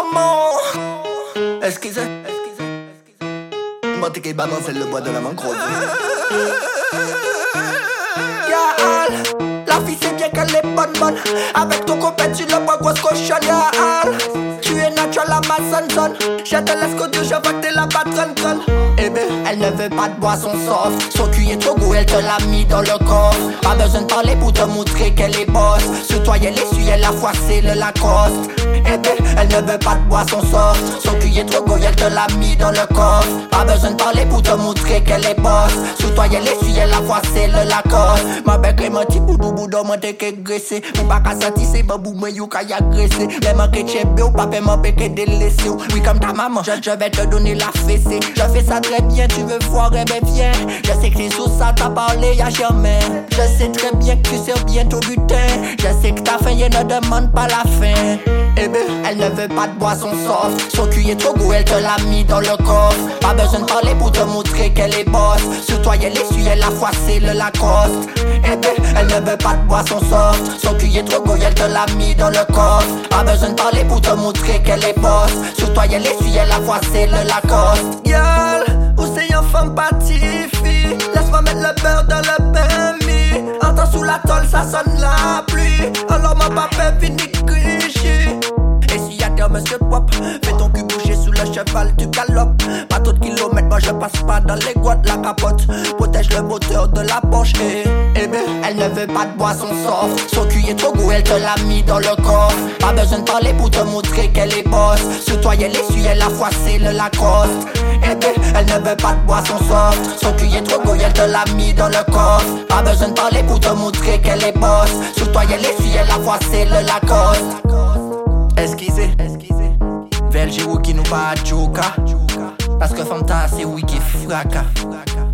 maman. Excusez. Monte qui balance le bois de la main creuse. Yaal, la fille c'est bien qu'elle est bonne. Avec ton copain tu le bois grosse cochonne. Yaal, tu es natural à ma son. Je te laisse que Dieu, je vois que t'es la patronne conne. Eh ben, elle ne veut pas de boisson soft. Son cul est trop gros, elle te l'a mis dans le coffre. Pas besoin de parler pour te montrer qu'elle est boss. Sur toi elle essuie, elle a froissé le Lacoste. Eh ben, elle ne veut pas de boisson soft. Son cul est trop gros, elle te l'a mis dans le coffre. Pas besoin de parler pour te montrer qu'elle est boss. Sur toi elle essuie, elle a froissé le Lacoste. Ma bec est mon petit boudou, moi t'es que graissé. Ou pas qu'à sentir c'est babou, mais you qu'à y agresser. Même que tu es beau, papa m'a péché délaissé. Oui comme ta maman, je vais te donner la fessée. Je fais ça très bien, tu veux voir, eh ben viens. Je sais que c'est sous ça t'as parlé y'a jamais. Je sais très bien que tu sers bien ton butin. Je sais que ta faim, ne demande pas la fin. Eh ben, elle ne veut pas de boisson soft. Son cul est trop gros, elle te l'a mis dans le coffre. Pas besoin de parler pour te montrer qu'elle est boss. Sur toi elle essuie, elle a froissé le Lacoste. Eh ben, elle ne veut pas de boisson soft. Son cul est trop gros, elle te l'a mis dans le coffre. Pas besoin de parler pour te montrer qu'elle est boss. Sur toi elle essuie, elle a froissé le Lacoste. Girl, où c'est une femme patifi. Laisse-moi mettre le beurre dans le permis. Entends sous la tôle, ça sonne la pluie. Alors ma papa finit cliché. Et si y'a des monsieur pop, fais ton cul bouger sous le cheval, tu galopes. Pas trop de kilomètres, moi je passe pas dans les boîtes, la capote. Protège le moteur de la Porsche. Eh ben, elle ne veut pas de boisson soft. Son cul est trop gros, elle te l'a mis dans le coffre. Pas besoin de parler pour te montrer qu'elle est boss. Sur toi elle essuie, elle a froissé le Lacoste. Eh ben, elle ne veut pas de boisson soft. Son cul est trop gros, elle te l'a mis dans le coffre. Pas besoin de parler pour te montrer qu'elle est boss. Sur toi elle essuie, elle a froissé le Lacoste. Excusez, Velgi qui nous pas à Joka. Parce que Fanta c'est oui qui fracas.